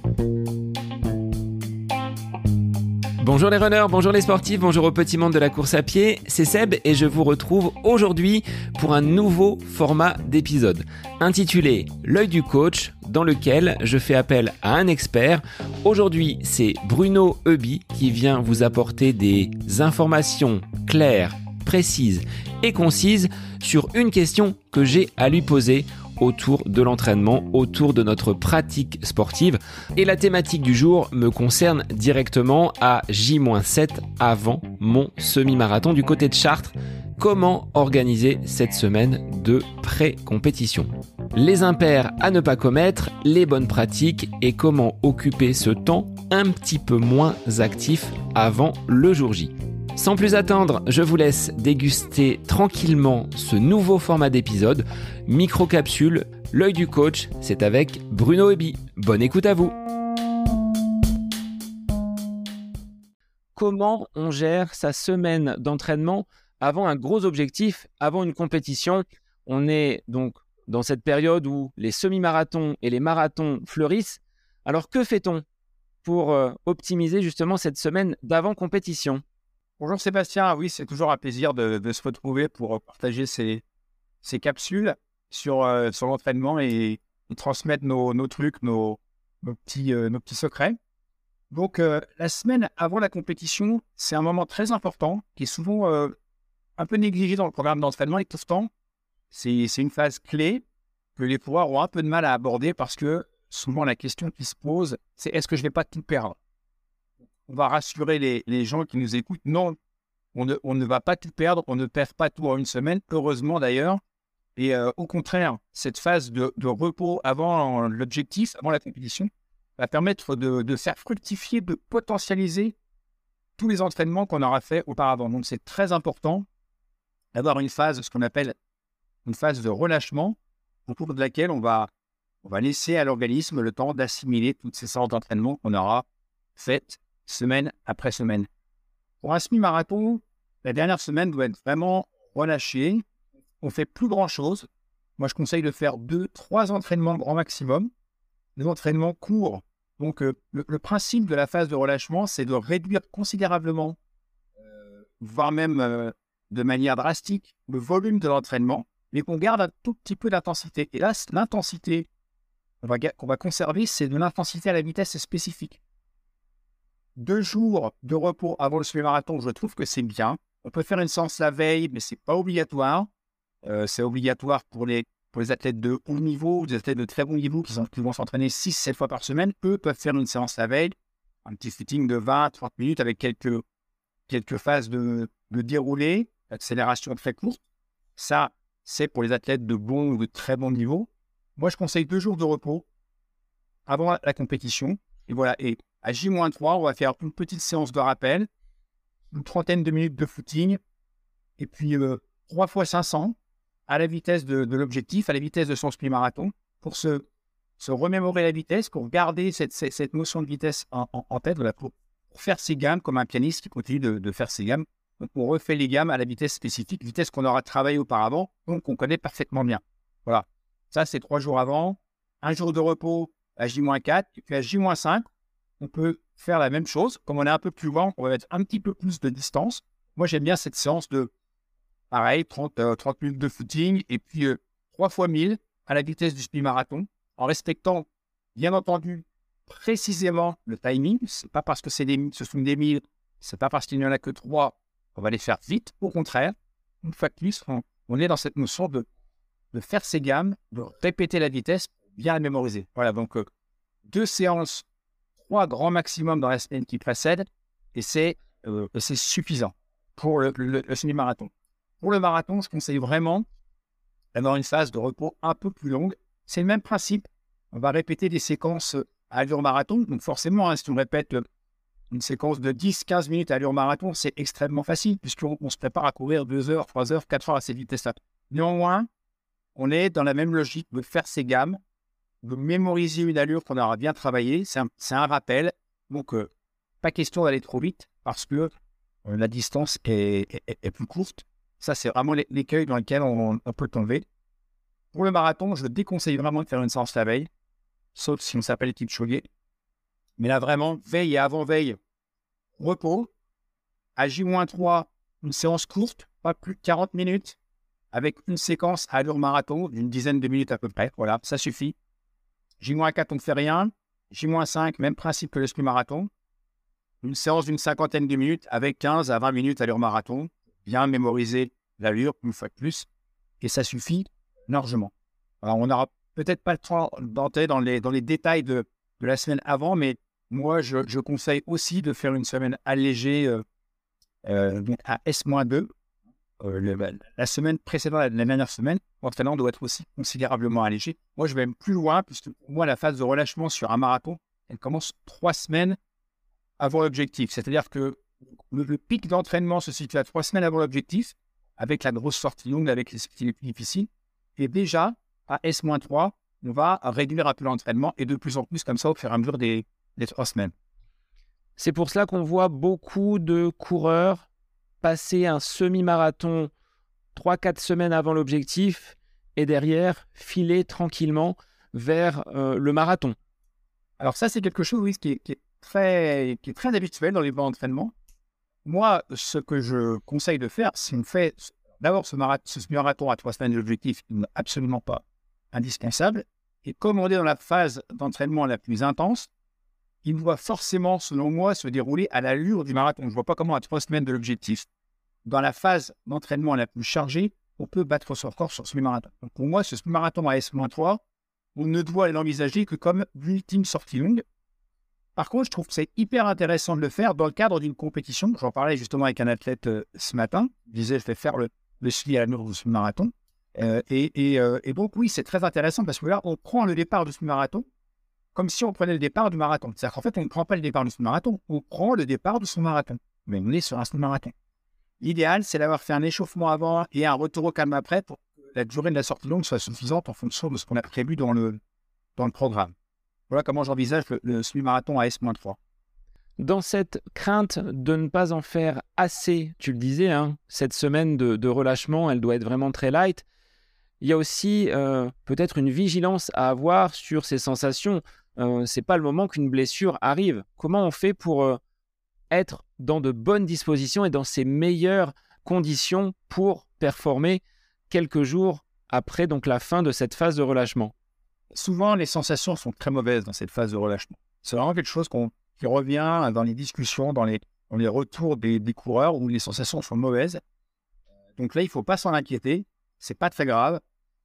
Bonjour les runners, bonjour les sportifs, bonjour au petit monde de la course à pied, c'est Seb et je vous retrouve aujourd'hui pour un nouveau format d'épisode intitulé L'œil du coach, dans lequel je fais appel à un expert. Aujourd'hui, c'est Bruno Heuby qui vient vous apporter des informations claires, précises et concises sur une question que j'ai à lui poser autour de l'entraînement, autour de notre pratique sportive. Et la thématique du jour me concerne directement à J-7 avant mon semi-marathon du côté de Chartres. Comment organiser cette semaine de pré-compétition ? Les impairs à ne pas commettre, les bonnes pratiques et comment occuper ce temps un petit peu moins actif avant le jour J. Sans plus attendre, je vous laisse déguster tranquillement ce nouveau format d'épisode. Micro-capsule, l'œil du coach, c'est avec Bruno Heuby. Bonne écoute à vous. Comment on gère sa semaine d'entraînement avant un gros objectif, avant une compétition ? On est donc dans cette période où les semi-marathons et les marathons fleurissent. Alors que fait-on pour optimiser justement cette semaine d'avant-compétition ? Bonjour Sébastien, oui, c'est toujours un plaisir de se retrouver pour partager ces capsules sur l'entraînement et transmettre nos trucs, nos petits secrets. Donc, la semaine avant la compétition, c'est un moment très important qui est souvent un peu négligé dans le programme d'entraînement et pourtant, c'est une phase clé que les coureurs ont un peu de mal à aborder parce que souvent la question qui se pose, c'est est-ce que je ne vais pas tout perdre ? On va rassurer les gens qui nous écoutent. Non, on ne va pas tout perdre. On ne perd pas tout en une semaine, heureusement d'ailleurs. Et au contraire, cette phase de repos avant l'objectif, avant la compétition, va permettre de faire fructifier, de potentialiser tous les entraînements qu'on aura fait auparavant. Donc, c'est très important d'avoir une phase, ce qu'on appelle une phase de relâchement, au cours de laquelle on va laisser à l'organisme le temps d'assimiler toutes ces sortes d'entraînements qu'on aura faites semaine après semaine. Pour un semi-marathon, la dernière semaine doit être vraiment relâchée. On ne fait plus grand-chose. Moi, je conseille de faire 2-3 entraînements grand maximum. Des entraînements courts. Donc, le principe de la phase de relâchement, c'est de réduire considérablement, voire même de manière drastique, le volume de l'entraînement, mais qu'on garde un tout petit peu d'intensité. Et là, l'intensité qu'on va conserver, c'est de l'intensité à la vitesse spécifique. 2 jours de repos avant le semi-marathon, je trouve que c'est bien. On peut faire une séance la veille, mais ce n'est pas obligatoire. C'est obligatoire pour les athlètes de haut niveau ou des athlètes de très bon niveau qui vont s'entraîner 6-7 fois par semaine. Eux peuvent faire une séance la veille, un petit footing de 20-30 minutes avec quelques phases de déroulé, d'accélération très courte. Ça, c'est pour les athlètes de bon ou de très bon niveau. Moi, je conseille 2 jours de repos avant la compétition. Et voilà, et à J-3, on va faire une petite séance de rappel, une trentaine de minutes de footing, et puis 3 fois 500 à la vitesse de l'objectif, à la vitesse de son semi-marathon, pour se remémorer la vitesse, pour garder cette notion de vitesse en tête, voilà, pour faire ses gammes comme un pianiste qui continue de faire ses gammes. Donc, on refait les gammes à la vitesse spécifique, vitesse qu'on aura travaillé auparavant, donc qu'on connaît parfaitement bien. Voilà, ça c'est 3 jours avant, 1 jour de repos à J-4, et puis à J-5, on peut faire la même chose. Comme on est un peu plus loin, on va mettre un petit peu plus de distance. Moi, j'aime bien cette séance de, pareil, 30 minutes de footing et puis 3 fois 1000 à la vitesse du semi-marathon, en respectant, bien entendu, précisément le timing. Ce n'est pas parce que ce sont des 1000, ce n'est pas parce qu'il n'y en a que 3 qu'on va les faire vite. Au contraire, une fois de plus, on est dans cette notion de faire ses gammes, de répéter la vitesse pour bien la mémoriser. Voilà, donc 2 séances, 3 grands maximum dans la semaine qui précède, et c'est suffisant pour le semi-marathon. Pour le marathon, je conseille vraiment d'avoir une phase de repos un peu plus longue. C'est le même principe. On va répéter des séquences à allure marathon. Donc forcément, si on répète une séquence de 10-15 minutes à allure marathon, c'est extrêmement facile puisqu'on se prépare à courir 2 heures, 3 heures, 4 heures à cette vitesse-là. Néanmoins, on est dans la même logique de faire ses gammes, de mémoriser une allure qu'on aura bien travaillée. C'est un rappel. Donc, pas question d'aller trop vite parce que la distance est plus courte. Ça, c'est vraiment l'écueil dans lequel on peut tomber. Pour le marathon, je déconseille vraiment de faire une séance la veille, sauf si on s'appelle Kipchoge. Mais là, vraiment, veille et avant-veille, repos. À J-3, une séance courte, pas plus de 40 minutes, avec une séquence à allure marathon d'une dizaine de minutes à peu près. Voilà, ça suffit. J-4, on ne fait rien. J-5, même principe que le semi-marathon. Une séance d'une cinquantaine de minutes avec 15 à 20 minutes à allure marathon. Bien mémoriser l'allure, une fois de plus. Et ça suffit largement. Alors, on n'aura peut-être pas le temps d'entrer dans les détails de la semaine avant, mais moi, je conseille aussi de faire une semaine allégée donc à S-2. La semaine précédente, la dernière semaine, l'entraînement doit être aussi considérablement allégé. Moi, je vais même plus loin, puisque pour moi, la phase de relâchement sur un marathon, elle commence 3 semaines avant l'objectif. C'est-à-dire que le pic d'entraînement se situe à 3 semaines avant l'objectif, avec la grosse sortie longue, avec les sorties les plus difficiles. Et déjà, à S-3, on va réduire un peu l'entraînement et de plus en plus comme ça au fur et à mesure des 3 semaines. C'est pour cela qu'on voit beaucoup de coureurs passer un semi-marathon 3-4 semaines avant l'objectif et derrière filer tranquillement vers le marathon. Alors ça, c'est quelque chose oui, qui est très habituel dans les plans d'entraînement. Moi, ce que je conseille de faire, c'est on fait d'abord ce semi-marathon à 3 semaines de l'objectif, qui n'est absolument pas indispensable. Et comme on est dans la phase d'entraînement la plus intense, il doit forcément, selon moi, se dérouler à l'allure du marathon. Je ne vois pas comment à 3 semaines de l'objectif, dans la phase d'entraînement la plus chargée, on peut battre son record sur ce semi-marathon. Donc pour moi, ce semi-marathon à S-3, on ne doit l'envisager que comme l'ultime sortie longue. Par contre, je trouve que c'est hyper intéressant de le faire dans le cadre d'une compétition. J'en parlais justement avec un athlète ce matin. Il disait, je vais faire le suivi à l'allure du semi-marathon. Et donc oui, c'est très intéressant parce que là, on prend le départ du semi-marathon comme si on prenait le départ du marathon. C'est-à-dire qu'en fait, on ne prend pas le départ du semi-marathon, on prend le départ du semi-marathon. Mais on est sur un semi-marathon. L'idéal, c'est d'avoir fait un échauffement avant et un retour au calme après pour que la durée de la sortie longue soit suffisante en fonction de ce qu'on a prévu dans le programme. Voilà comment j'envisage le semi-marathon à S-3. Dans cette crainte de ne pas en faire assez, tu le disais, cette semaine de relâchement, elle doit être vraiment très light. Il y a aussi peut-être une vigilance à avoir sur ces sensations. C'est pas le moment qu'une blessure arrive. Comment on fait pour être dans de bonnes dispositions et dans ces meilleures conditions pour performer quelques jours après donc la fin de cette phase de relâchement? Souvent, les sensations sont très mauvaises dans cette phase de relâchement. C'est vraiment quelque chose qui revient dans les discussions, dans les retours des coureurs où les sensations sont mauvaises. Donc là, il ne faut pas s'en inquiéter. C'est pas très grave.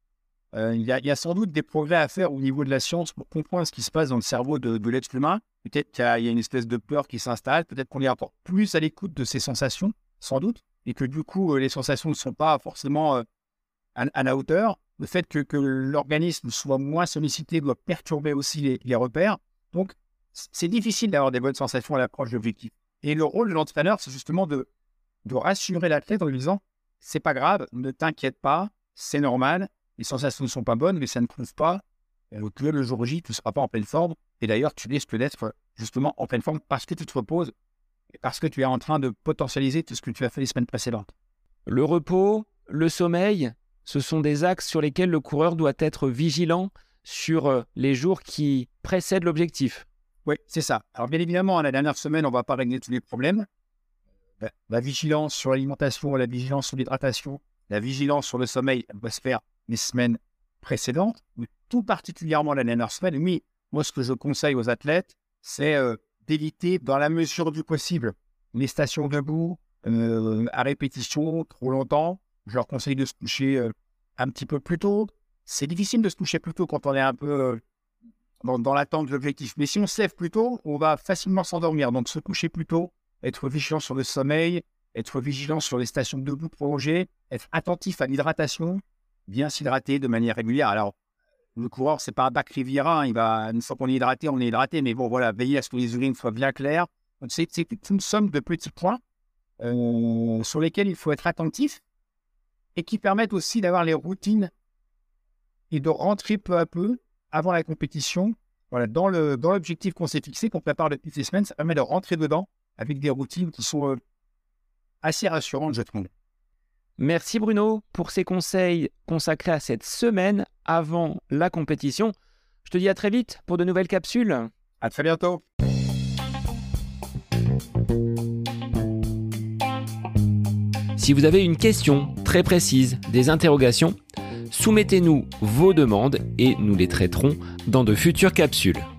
Il y a sans doute des progrès à faire au niveau de la science pour comprendre ce qui se passe dans le cerveau de l'être humain. Peut-être qu'il y a une espèce de peur qui s'installe. Peut-être qu'on est encore plus à l'écoute de ces sensations, sans doute. Et que du coup, les sensations ne sont pas forcément à la hauteur. Le fait que l'organisme soit moins sollicité doit perturber aussi les repères. Donc, c'est difficile d'avoir des bonnes sensations à l'approche de l'objectif. Et le rôle de l'entraîneur, c'est justement de rassurer l'athlète en lui disant « c'est pas grave, ne t'inquiète pas, c'est normal, les sensations ne sont pas bonnes, mais ça ne prouve pas que le jour J, tu ne seras pas en pleine forme. Et d'ailleurs, tu risques d'être justement en pleine forme parce que tu te reposes et parce que tu es en train de potentialiser tout ce que tu as fait les semaines précédentes. » Le repos, le sommeil, ce sont des axes sur lesquels le coureur doit être vigilant sur les jours qui précèdent l'objectif. Oui, c'est ça. Alors bien évidemment, la dernière semaine, on ne va pas régler tous les problèmes. La vigilance sur l'alimentation, la vigilance sur l'hydratation, la vigilance sur le sommeil, elle doit se faire les semaines précédentes, mais tout particulièrement la dernière semaine. Oui, moi, ce que je conseille aux athlètes, c'est d'éviter, dans la mesure du possible, les stations debout à répétition trop longtemps. Je leur conseille de se coucher un petit peu plus tôt. C'est difficile de se coucher plus tôt quand on est un peu dans l'attente de l'objectif. Mais si on se lève plus tôt, on va facilement s'endormir. Donc, se coucher plus tôt, être vigilant sur le sommeil, être vigilant sur les stations debout prolongées, être attentif à l'hydratation, bien s'hydrater de manière régulière. Alors, le coureur, c'est pas un bac Riviera. Une fois qu'on est hydraté, on est hydraté. Mais bon, voilà, veiller à ce que les urines soient bien claires. Donc, c'est une somme de petits points sur lesquels il faut être attentif et qui permettent aussi d'avoir les routines et de rentrer peu à peu avant la compétition. Voilà, dans l'objectif qu'on s'est fixé, qu'on prépare depuis ces semaines, ça permet de rentrer dedans avec des routines qui sont assez rassurantes, je trouve. Merci Bruno pour ces conseils consacrés à cette semaine avant la compétition. Je te dis à très vite pour de nouvelles capsules. À très bientôt. Si vous avez une question très précise, des interrogations, soumettez-nous vos demandes et nous les traiterons dans de futures capsules.